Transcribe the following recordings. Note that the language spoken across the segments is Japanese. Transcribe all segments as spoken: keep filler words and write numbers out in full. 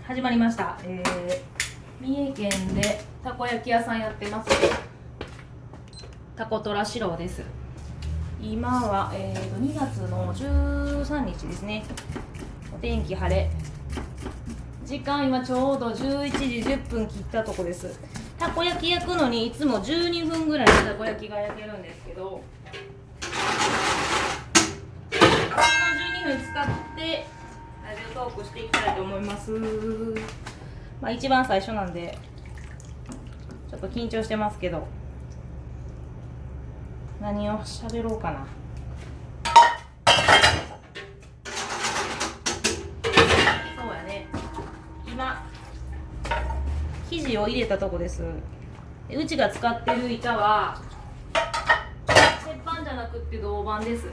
始まりました、えー、三重県でたこ焼き屋さんやってますたこ虎四郎です。今は、えー、とにがつのじゅうさんにちですね。お天気晴れ、時間今ちょうどじゅういちじじゅっぷん切ったとこです。たこ焼き焼くのにいつもじゅうにふんぐらいでたこ焼きが焼けるんですけど、このじゅうにふん使ってラジオトークしていきたいと思います。まあ一番最初なんでちょっと緊張してますけど、何を喋ろうかな。そうやね、今生地を入れたとこです。うちが使ってる板は鉄板じゃなくって銅板です。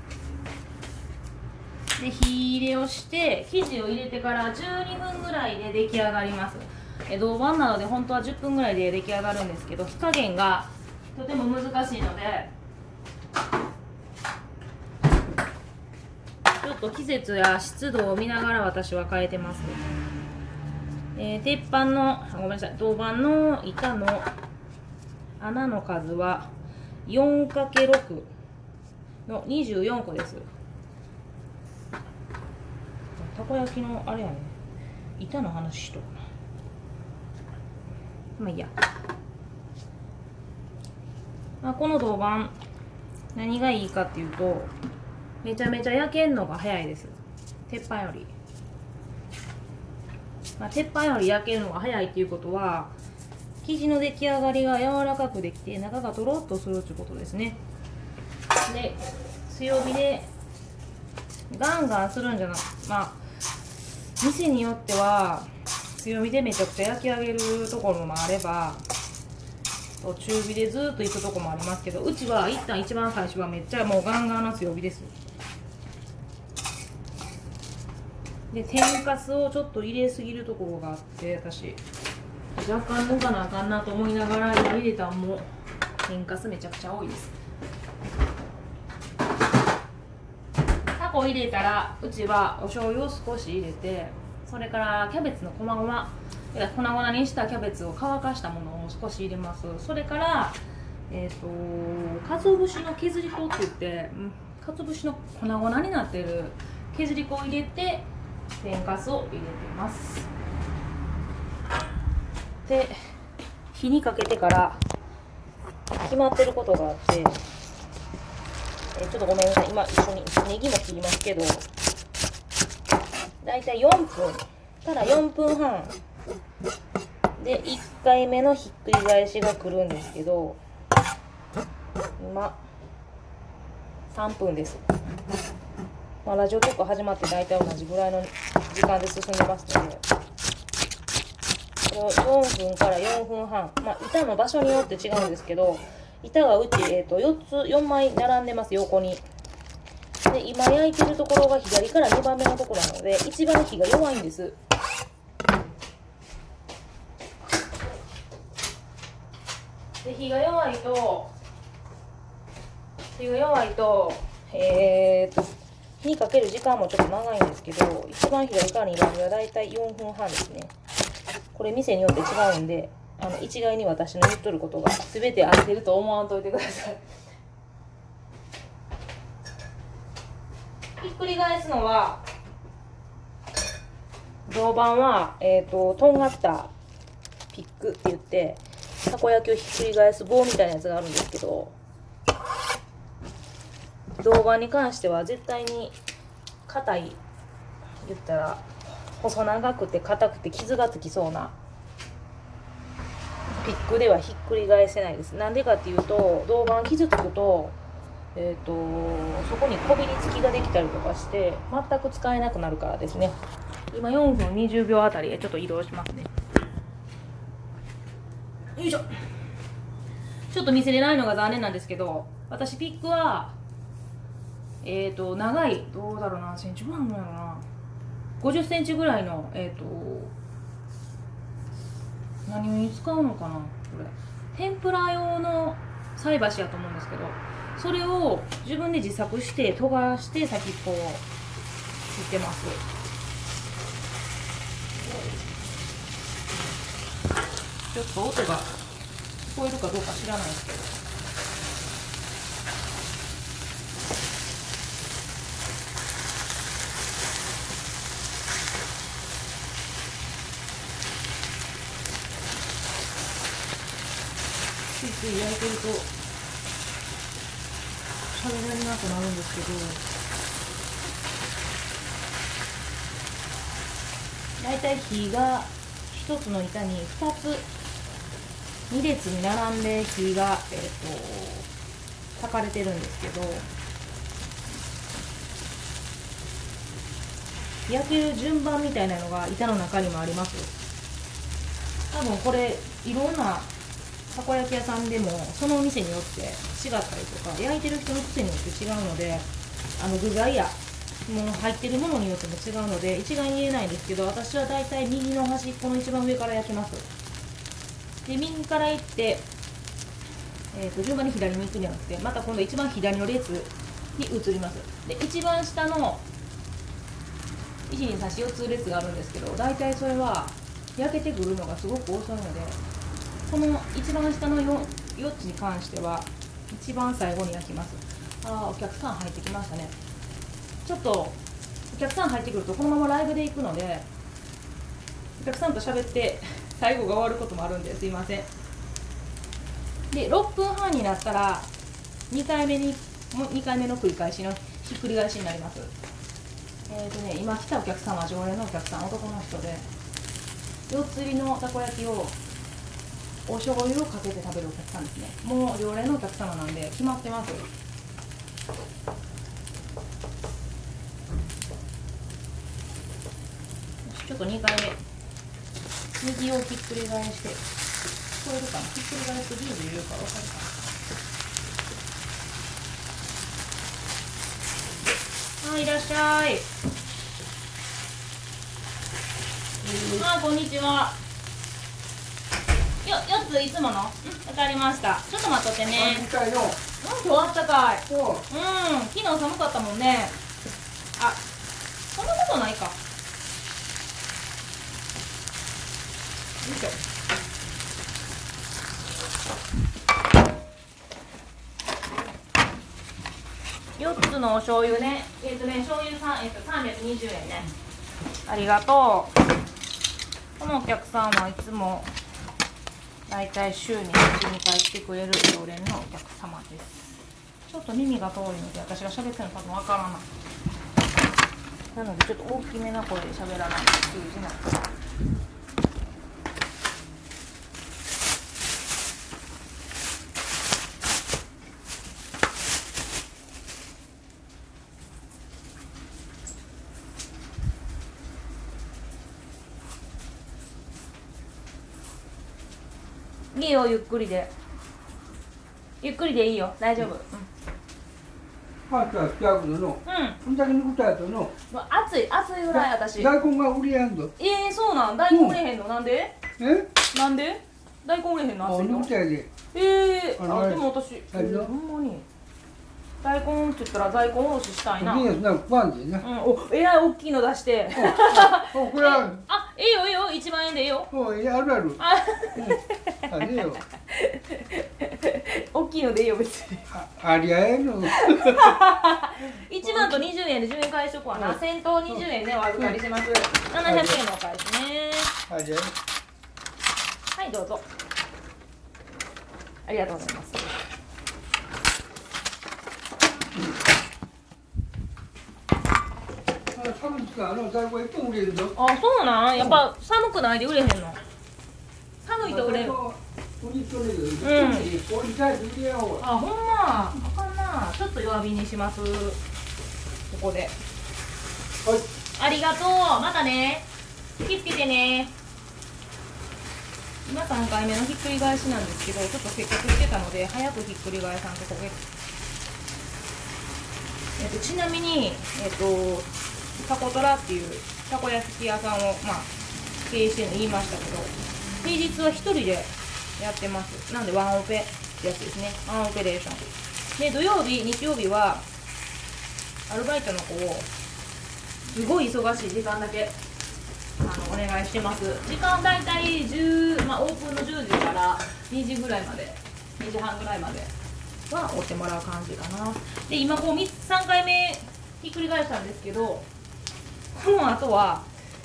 で火入れをして生地を入れてからじゅうにふんぐらいで出来上がります。え銅板なので本当はじゅっぷんぐらいで出来上がるんですけど、火加減がとても難しいので、ちょっと季節や湿度を見ながら私は変えてます。えー、鉄板のごめんなさい銅板の板の穴の数は よんかけるろく のにじゅうよんこです。たこ焼きのあれやね、板の話しとくな。まあいいや、まあ、この銅板何がいいかっていうと、めちゃめちゃ焼けんのが早いです。鉄板より、まあ、鉄板より焼けるのが早いっていうことは生地の出来上がりが柔らかくできて中がとろっとするっていうことですね。で強火でガンガンするんじゃなく、まあ店によっては強火でめちゃくちゃ焼き上げるところもあれば、中火でずっといくとこもありますけど、うちは一旦一番最初はめっちゃもうガンガンの強火です。で天かすをちょっと入れすぎるところがあって、私若干抜かなあかんなと思いながら今入れたんも天かすめちゃくちゃ多いです。タコ入れたらうちはお醤油を少し入れて、それからキャベツの粉々粉々にしたキャベツを乾かしたものを少し入れます。それからえっ、ー、とかつお節の削り粉って言って、かつお節の粉々になってる削り粉を入れて天かすを入れてます。で火にかけてから決まってることがあって、えちょっとごめんなさい、今一緒にネギも切りますけど、だいたいよんぷんからよんぷんはんでいっかいめのひっくり返しが来るんですけど、今さんぷんです。まあ、ラジオとか始まってだいたい同じぐらいの時間で進んでますので、これをよんぷんからよんぷんはん、まあ、板の場所によって違うんですけど、板がうち、えー、とよっつよんまい並んでます、横に。で今焼いてるところが左からにばんめのところなので一番火が弱いんです。で火が弱いと火が弱いとえー、っと火にかける時間もちょっと長いんですけど、一番左からにばんめはだいたいよんぷんはんですね。これ店によって違うんで、あの一概に私の言っとることが全て合ってると思わんといてください。ひっくり返すのは、銅板は、えーと、とんがったピックって言ってたこ焼きをひっくり返す棒みたいなやつがあるんですけど、銅板に関しては絶対に硬い、言ったら細長くて硬くて傷がつきそうなピックではひっくり返せないです。なんでかっていうと、銅板傷つくとえー、とそこにこびりつきができたりとかして全く使えなくなるからですね。今よんぷんにじゅうびょうあたりへちょっと移動しますね。よいしょ。ちょっと見せれないのが残念なんですけど、私ピックはえーと長い、どうだろうな、センチぐらいのやろな、ごじゅっセンチぐらいの、えーと何に使うのかな、これ天ぷら用の菜箸やと思うんですけど、それを自分で自作して研がして先っぽを切ってます。 ちょっと音が聞こえるかどうか知らないですけど、ついつい焼いてると喋られなくなるんですけど、だいたい火がひとつの板にふたつに列に並んで火が、えー、と炊かれてるんですけど、焼ける順番みたいなのが板の中にもあります。多分これいろんなたこ焼き屋さんでもそのお店によって違ったりとか、焼いてる人の癖によって違うので、あの具材やもう入ってるものによっても違うので一概に言えないんですけど、私はだいたい右の端っこの一番上から焼きます。で右から行って、えー、と順番に左に行くんじゃなくて、また今度一番左の列に移ります。で一番下のいちにさしよっつ列があるんですけど、だいたいそれは焼けてくるのがすごく遅いので、この一番下の 4, よっつに関しては一番最後に焼きます。ああ、お客さん入ってきましたね。ちょっとお客さん入ってくるとこのままライブで行くので、お客さんと喋って最後が終わることもあるんですいません。でろっぷんはんになったらにかいめにもにかいめの繰り返しのひっくり返しになります。えーとね、今来たお客さんは常連のお客さん、男の人で、よっつ入りのたこ焼きをお醤油をかけて食べるお客さんですね。もう常連のお客様なんで決まってます。ちょっとにかいめ右をひっくり返して、聞こえるかな、ひっくり返すとビール入れるか分かるかな。あ、いらっしゃい。あ、こんにちは。よ、よっついつもの？うん、わかりました。ちょっと待っとってね。うん、今日あったかい。うん、昨日寒かったもんね。あ、そんなことないか。よいしょ。よっつのお醤油ね。えっとね、醤油さん、えっと、さんびゃくにじゅうえんね。ありがとう。このお客さんはいつもだいたい週にいち、にかい来てくれる常連のお客様です。ちょっと耳が遠いので私が喋ってるの多分わからない。なのでちょっと大きめな声で喋らないと通じない。いいよ、ゆっくりで。ゆっくりでいいよ、大丈夫。うん。 あとは逆のの。うん。こんだけのことやとの。 暑い、暑いぐらい私。 大根が売りやんぞ。 ええー、そうなん、大根売れへんの、なんで？ え？ なんで？大根売れへんの、暑いの？ あ、で。 ええー、あ、でも私、ほんまに。大根って言ったら大根おろししたいな。 いいですね、パンでね。 うん、お、えらい大きいの出して。 お、これは。 あ、ええよ、ええよ、一万円でええよ。 お、ええ、あるある。あ、あれよ。 大きいのでいいよ、別に。 あ、ありゃえの。 一万と二十円で十円返しとくわな。先頭二十円でお預かりします。七百円のお返しね。 ありゃえ。 はい、どうぞ。ありがとうございます。 寒いから、あの大根一本売れるぞ。 あ、そうなん、やっぱ寒くないで売れへんの。寒いと売れる。うん。あ、ほんま。あかんな。ちょっと弱火にします。ここで。はい。ありがとう。またね。気付けてね。今さんかいめのひっくり返しなんですけど、ちょっとせっかくしてたので早くひっくり返さんと焦げる。えっとちなみにえっとタコトラっていうたこ焼き屋さんをまあ経営してるの言いましたけど、平日は一人でやってます。なんでワンオペってやつですね。ワンオペレーションで、土曜日日曜日はアルバイトの子をすごい忙しい時間だけあのお願いしてます。時間だいたいじゅう、まあ、オープンのじゅうじからにじぐらいまで、にじはんぐらいまでは折ってもらう感じかな。で今こうさんかいめひっくり返したんですけど、この後は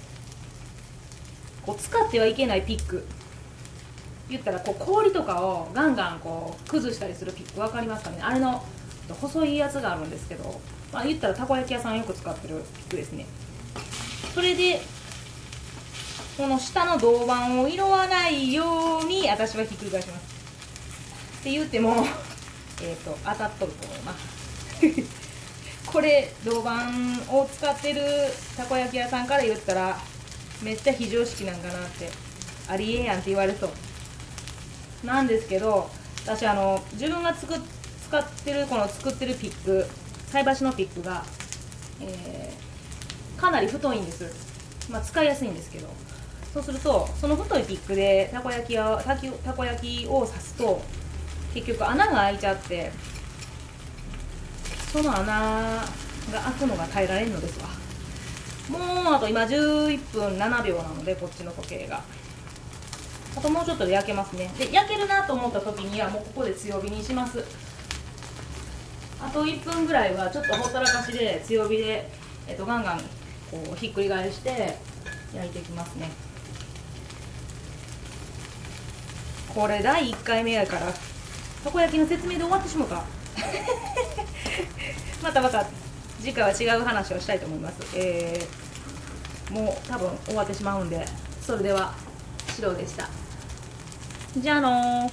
こう使ってはいけないピック、言ったらこう氷とかをガンガンこう崩したりするピック、分かりますかね。あれの細いやつがあるんですけど、まあ、言ったらたこ焼き屋さんよく使ってるピックですね。それでこの下の銅板を拾わないように私はひっくり返します。って言ってもえっと当たっとると思いますこれ銅板を使ってるたこ焼き屋さんから言ったらめっちゃ非常識なんかなって、ありえんやんって言われそうなんですけど、私あの自分がつく使ってるこの作ってるピック、菜箸のピックが、えー、かなり太いんです。まあ使いやすいんですけど、そうするとその太いピックでたこ焼きをたきたこ焼きを刺すと結局穴が開いちゃって、その穴が開くのが耐えられるのですわ。もうあと今じゅういっぷんななびょうなので、こっちの時計があともうちょっとで焼けますね。で焼けるなと思った時にはもうここで強火にします。あといっぷんぐらいはちょっとほったらかしで強火で、えっと、ガンガンこうひっくり返して焼いていきますね。これだいいっかいめやからたこ焼きの説明で終わってしまうかまたまた次回は違う話をしたいと思います。えー、もう多分終わってしまうんで、それではシロでした。じゃあのー、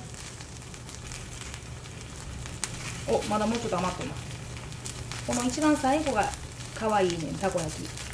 おまだもうちょっと余ってます。この一番最後が可愛いねん、たこ焼き。